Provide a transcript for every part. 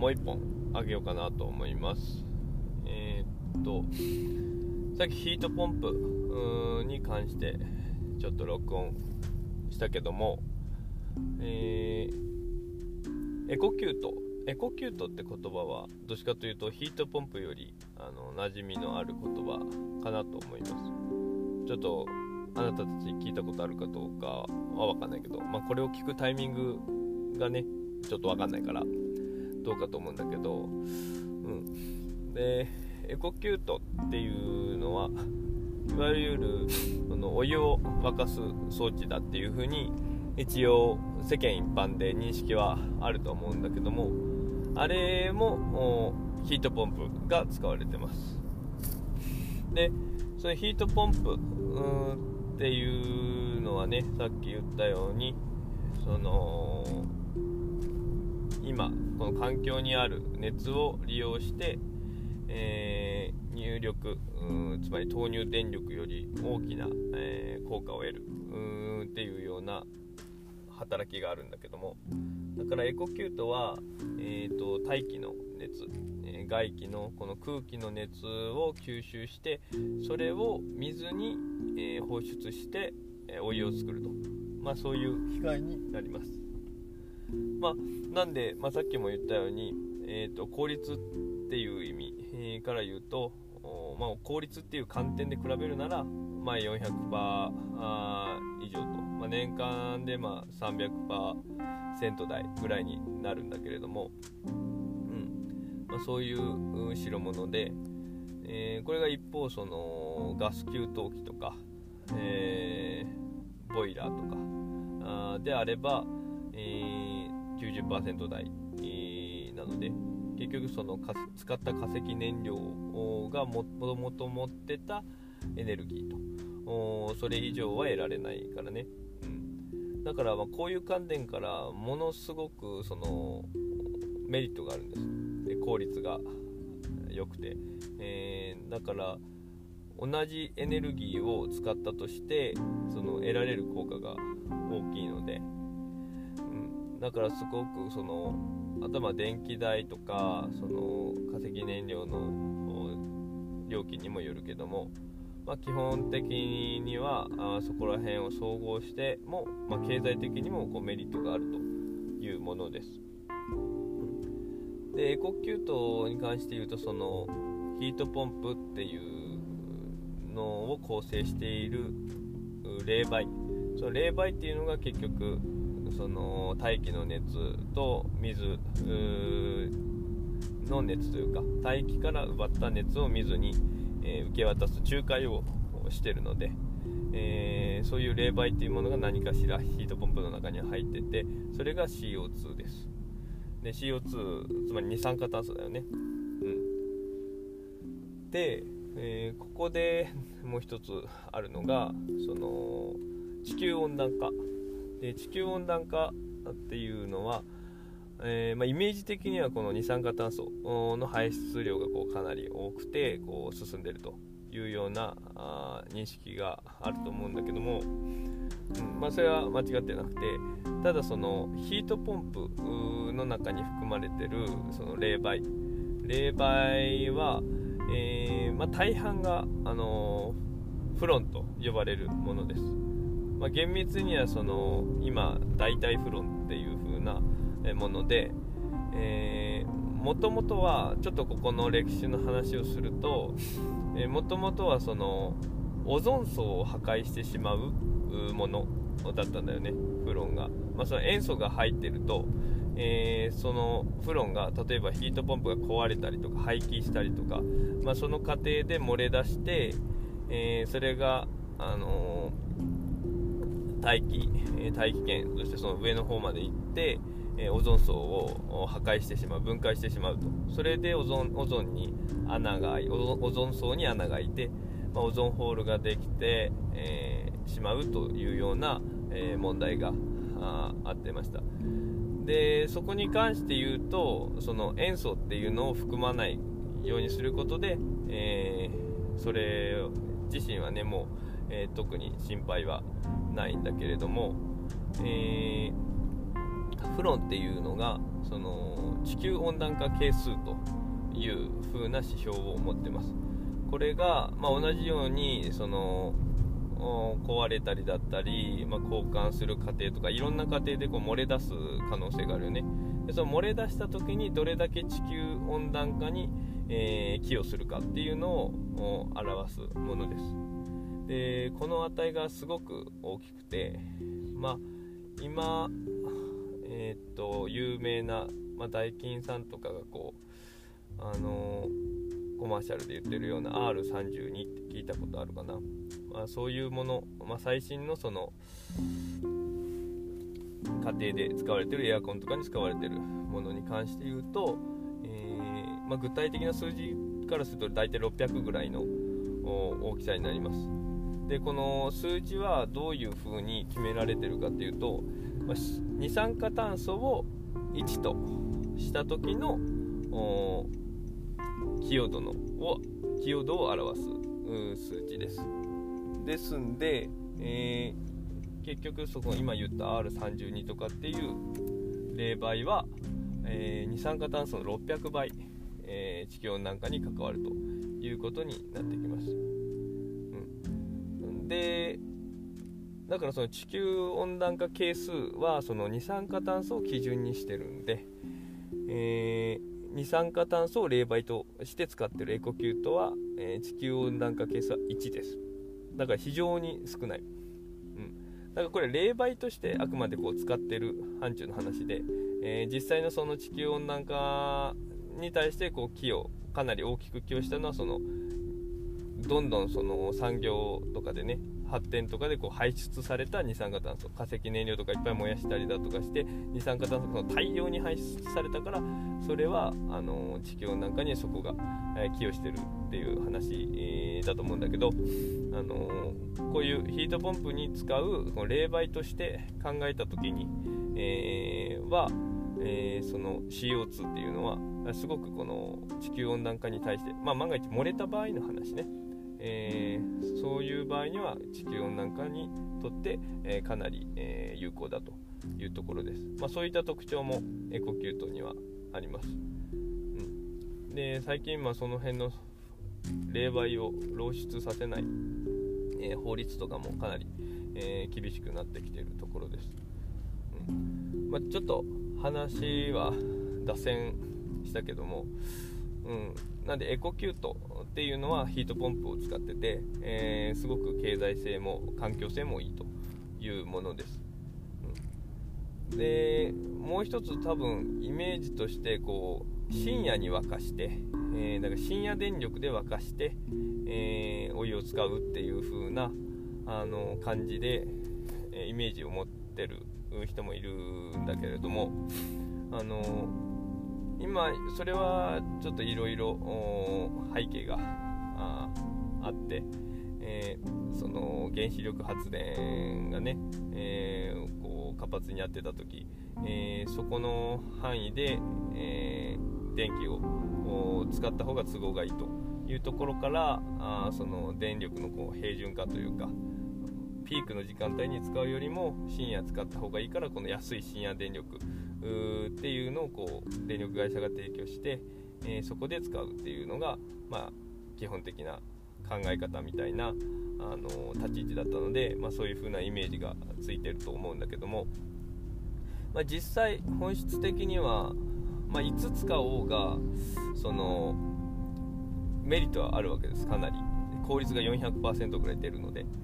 もう一本あげようかなと思います。さっきヒートポンプに関してちょっと録音したけども、エコキュートって言葉はどっちかというとヒートポンプより馴染みのある言葉かなと思います。ちょっとあなたたち聞いたことあるかどうかは分かんないけど、これを聞くタイミングがねちょっと分かんないからどうかと思うんだけど、でエコキュートっていうのはいわゆるお湯を沸かす装置だっていう風に一応世間一般で認識はあると思うんだけども、あれもヒートポンプが使われてます。でそのヒートポンプっていうのはね、さっき言ったように今この環境にある熱を利用して、入力つまり投入電力より大きな、効果を得るっていうような働きがあるんだけども、だからエコキュートは、大気の熱、外気のこの空気の熱を吸収してそれを水に、放出して、お湯を作ると、そういう機械になります。なんで、さっきも言ったように、効率っていう意味、から言うと、効率っていう観点で比べるなら、400% 以上と、年間で300% 台ぐらいになるんだけれども、そういう代物で、これが一方ガス給湯器とか、ボイラーとかであれば、90% 台、なので結局使った化石燃料がもともと持ってたエネルギーとそれ以上は得られないからね、だからこういう観点からものすごくメリットがあるんです。で効率が良くて、だから同じエネルギーを使ったとして得られる効果が大きいので、だからすごく電気代とか化石燃料の料金にもよるけども、基本的にはそこら辺を総合しても、経済的にもメリットがあるというものです。でエコキュートに関して言うとヒートポンプっていうのを構成している冷媒、その冷媒っていうのが結局大気の熱と水の熱というか大気から奪った熱を水に、受け渡す仲介をしているので、そういう冷媒っていうものが何かしらヒートポンプの中に入ってて、それが CO2 です。で CO2 つまり二酸化炭素だよね。で、ここでもう一つあるのが地球温暖化で、地球温暖化っていうのは、イメージ的にはこの二酸化炭素の排出量がかなり多くて進んでいるというような認識があると思うんだけども、それは間違ってなくて、ただヒートポンプの中に含まれている冷媒は、大半がフロンと呼ばれるものです。厳密には今代替フロンっていう風なもので、もともとはちょっとここの歴史の話をすると、もともとはオゾン層を破壊してしまうものだったんだよね、フロンが。その塩素が入ってると、そのフロンが例えばヒートポンプが壊れたりとか廃棄したりとか、その過程で漏れ出して、それが大気圏、そしてその上の方まで行って、オゾン層を破壊してしまう、分解してしまうと。それでオゾンに穴がオゾン層に穴が開いて、オゾンホールができて、しまうというような、問題があってました。でそこに関して言うと、塩素っていうのを含まないようにすることで、それ自身はねもう、特に心配はないんだけれども、フロンっていうのがその地球温暖化係数という風な指標を持ってます。これが、同じようにその壊れたりだったり、交換する過程とかいろんな過程でこう漏れ出す可能性があるよね。でその漏れ出した時にどれだけ地球温暖化に、寄与するかっていうのを表すものです。でこの値がすごく大きくて、今、有名な、ダイキンさんとかがこうコマーシャルで言ってるような R32 って聞いたことあるかな。そういうもの、最新のその家庭で使われてるエアコンとかに使われてるものに関して言うと、具体的な数字からすると大体600ぐらいの大きさになります。でこの数字はどういう風に決められてるかっていうと、二酸化炭素を1とした時の寄与度を表す数値です。ですんで、結局そこ今言った R32 とかっていう冷媒は、二酸化炭素の600倍、地球温暖化に関わるということになってきます。でだからその地球温暖化係数はその二酸化炭素を基準にしてるんで、二酸化炭素を冷媒として使ってるエコキュートは、地球温暖化係数は1です。だから非常に少ない。だからこれ冷媒としてあくまでこう使ってる範疇の話で、実際のその地球温暖化に対してこうかなり大きく寄与したのはそのどんどんその産業とかでね発展とかでこう排出された二酸化炭素、化石燃料とかいっぱい燃やしたりだとかして二酸化炭素が大量に排出されたから、それは地球温暖化にそこが寄与してるっていう話、だと思うんだけど、こういうヒートポンプに使うこの冷媒として考えた時に、その CO2 っていうのはすごくこの地球温暖化に対して、万が一漏れた場合の話ね、そういう場合には地球温暖化にとって、かなり、有効だというところです。そういった特徴もエコキュートにはあります。で最近その辺の冷媒を漏出させない、法律とかもかなり、厳しくなってきているところです。ちょっと話は脱線したけども、なんでエコキュートっていうのはヒートポンプを使ってて、すごく経済性も環境性もいいというものです。でもう一つ多分イメージとしてこう深夜に沸かして、だから深夜電力で沸かして、お湯を使うっていう風な感じで、イメージを持ってる人もいるんだけれども、今それはちょっといろいろ背景が あって、その原子力発電がね、こう活発にやってた時、そこの範囲で、電気を使った方が都合がいいというところから、その電力のこう平準化というかピークの時間帯に使うよりも深夜使った方がいいから、この安い深夜電力っていうのをこう電力会社が提供して、そこで使うっていうのが、基本的な考え方みたいな立ち位置だったので、そういう風なイメージがついてると思うんだけども、実際本質的には、いつ使おうがそのメリットはあるわけです。かなり効率が 400% ぐらい出るので、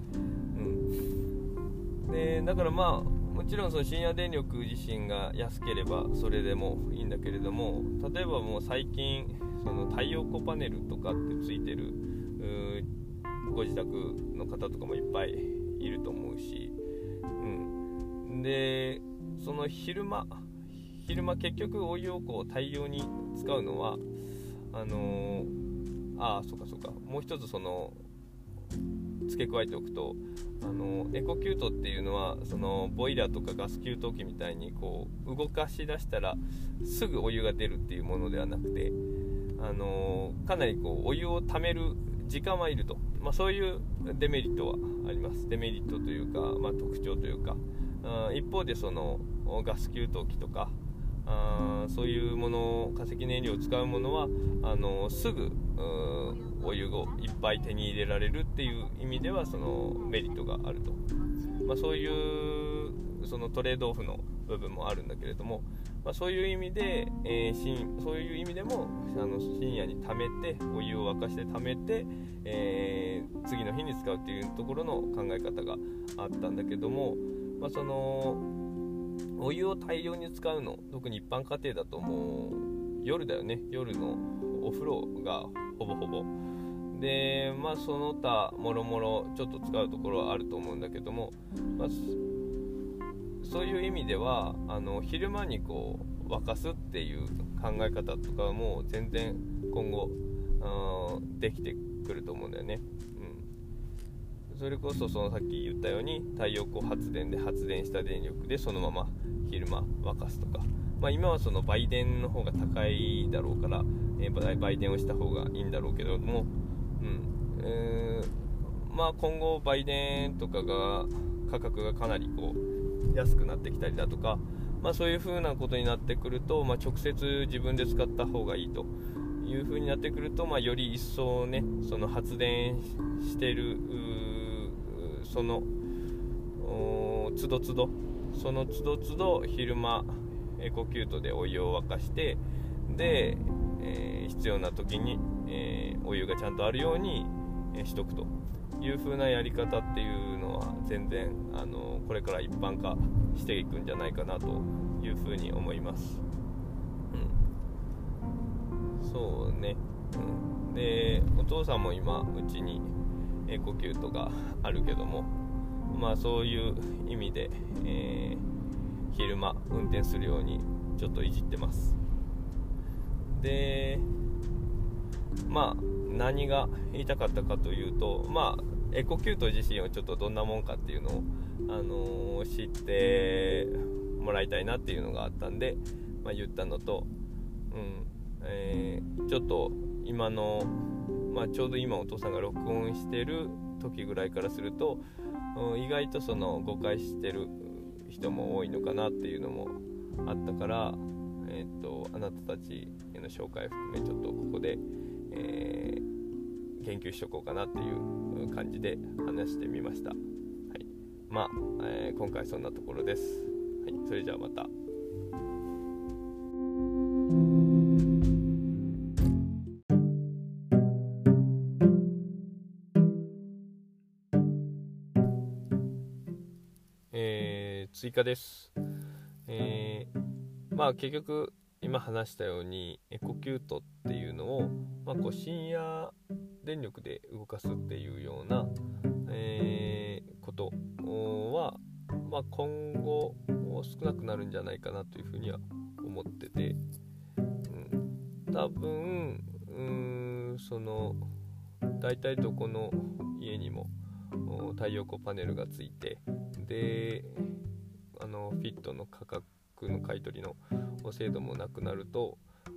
でだからもちろんその深夜電力自身が安ければそれでもいいんだけれども、例えばもう最近その太陽光パネルとかってついてるご自宅の方とかもいっぱいいると思うし、でその昼間結局お湯をこう大量に使うのはそうかもう一つその付け加えておくと、エコキュートっていうのはそのボイラーとかガス給湯器みたいにこう動かし出したらすぐお湯が出るっていうものではなくて、かなりこうお湯を溜める時間はいると、そういうデメリットはあります。デメリットというか、特徴というか、一方でそのガス給湯器とかそういうもの、化石燃料を使うものはすぐお湯をいっぱい手に入れられるっていう意味ではそのメリットがあると、そういうそのトレードオフの部分もあるんだけれども、そういう意味で、そういう意味でも深夜に溜めてお湯を沸かして溜めて、次の日に使うっていうところの考え方があったんだけども、そのお湯を大量に使うの、特に一般家庭だともう夜だよね。夜のお風呂がほぼほぼで、その他もろもろちょっと使うところはあると思うんだけども、そういう意味では昼間にこう沸かすっていう考え方とかも全然今後できてくると思うんだよね。それこそさっき言ったように太陽光発電で発電した電力でそのまま昼間沸かすとか、今はその売電の方が高いだろうから、売電をした方がいいんだろうけども、今後売電とかが価格がかなりこう安くなってきたりだとか、そういう風なことになってくると、直接自分で使った方がいいという風になってくると、より一層ね、その発電してるその都度都度昼間エコキュートでお湯を沸かしてで、必要な時に、お湯がちゃんとあるように、しとくという風なやり方っていうのは全然これから一般化していくんじゃないかなという風に思います。そうね、でお父さんも今うちにエコキュートがあるけども、そういう意味で、昼間運転するようにちょっといじってます。で何が言いたかったかというと、エコキュート自身をちょっとどんなもんかっていうのを、知ってもらいたいなっていうのがあったんで、言ったのと、ちょっと今の、ちょうど今お父さんが録音してる時ぐらいからすると、意外とその誤解してる人も多いのかなっていうのもあったから、あなたたちへの紹介含めちょっとここで、研究しとこうかなっていう感じで話してみました。今回そんなところです。それじゃあまた。追加です。結局今話したようにエコキュートっていうのを、深夜電力で動かすっていうような、ことは、今後少なくなるんじゃないかなというふうには思ってて、多分その大体どこの家にも太陽光パネルがついて、でフィットの価格の買い取りの制度もなくなると、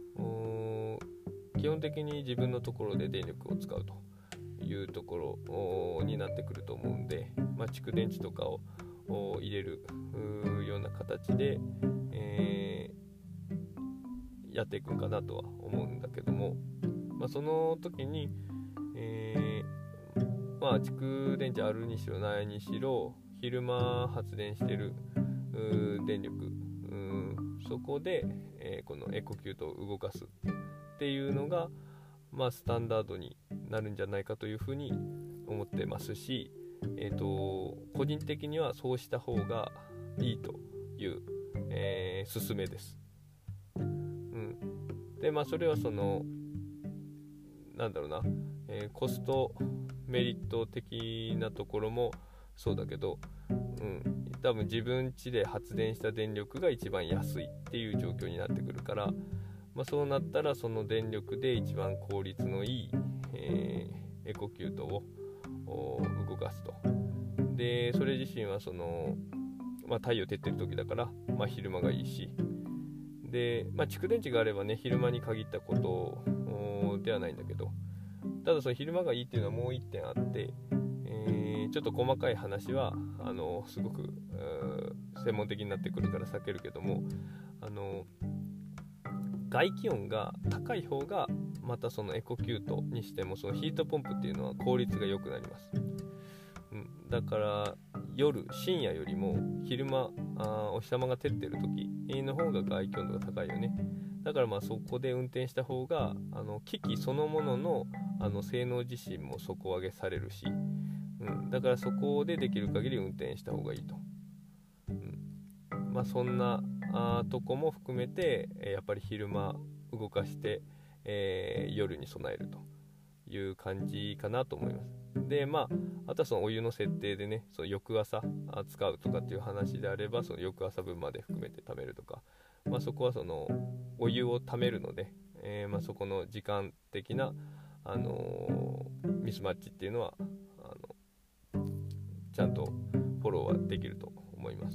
基本的に自分のところで電力を使うというところになってくると思うんで、蓄電池とかを入れるような形で、やっていくんかなとは思うんだけども、その時に、蓄電池あるにしろないにしろ昼間発電してる電力、そこで、このエコキュートを動かすっていうのが、スタンダードになるんじゃないかというふうに思ってますし、個人的にはそうした方がいいという、勧めです。でそれはそのコストメリット的なところもそうだけど、多分自分家で発電した電力が一番安いっていう状況になってくるから、そうなったらその電力で一番効率のいい、エコキュートを動かすと。でそれ自身はその、太陽照ってる時だから、昼間がいいし、で、蓄電池があればね昼間に限ったことではないんだけど、ただその昼間がいいっていうのはもう一点あって、ちょっと細かい話はすごく専門的になってくるから避けるけども、 外気温が高い方がまたそのエコキュートにしてもそのヒートポンプっていうのは効率が良くなります。だから深夜よりも昼間お日様が照ってる時の方が外気温度が高いよね。だからそこで運転した方が機器そのものの性能自身も底上げされるし、だからそこでできる限り運転した方がいいと、そんなとこも含めてやっぱり昼間動かして、夜に備えるという感じかなと思います。であとはそのお湯の設定でね、その翌朝使うとかっていう話であればその翌朝分まで含めて貯めるとか、そこはそのお湯を貯めるので、そこの時間的な、ミスマッチっていうのはちゃんとフォローはできると思います。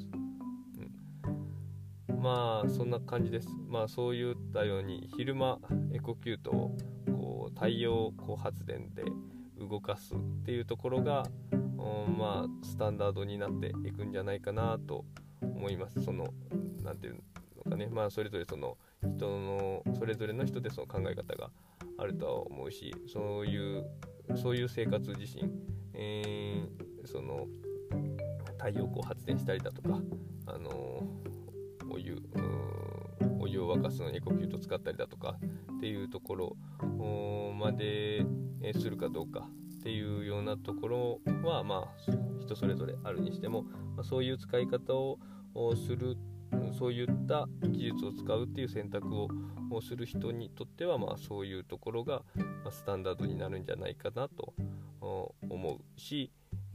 そんな感じです。そういったように昼間エコキュートを太陽光発電で動かすっていうところがスタンダードになっていくんじゃないかなと思います。そのなんていうのかね、それぞれそのそれぞれの人でその考え方があるとは思うし、そういう生活自身、その太陽光発電したりだとか、お湯を沸かすのにエコキュート使ったりだとかっていうところまでするかどうかっていうようなところは人それぞれあるにしても、そういう使い方をする、そういった技術を使うっていう選択をする人にとってはそういうところがスタンダードになるんじゃないかなと思うし、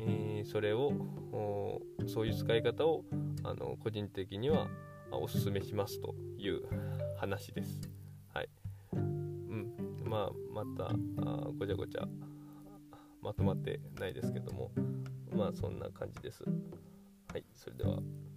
そういう使い方を個人的にはおすすめしますという話です。はい。またごちゃごちゃまとまってないですけども、そんな感じです。はい、それでは。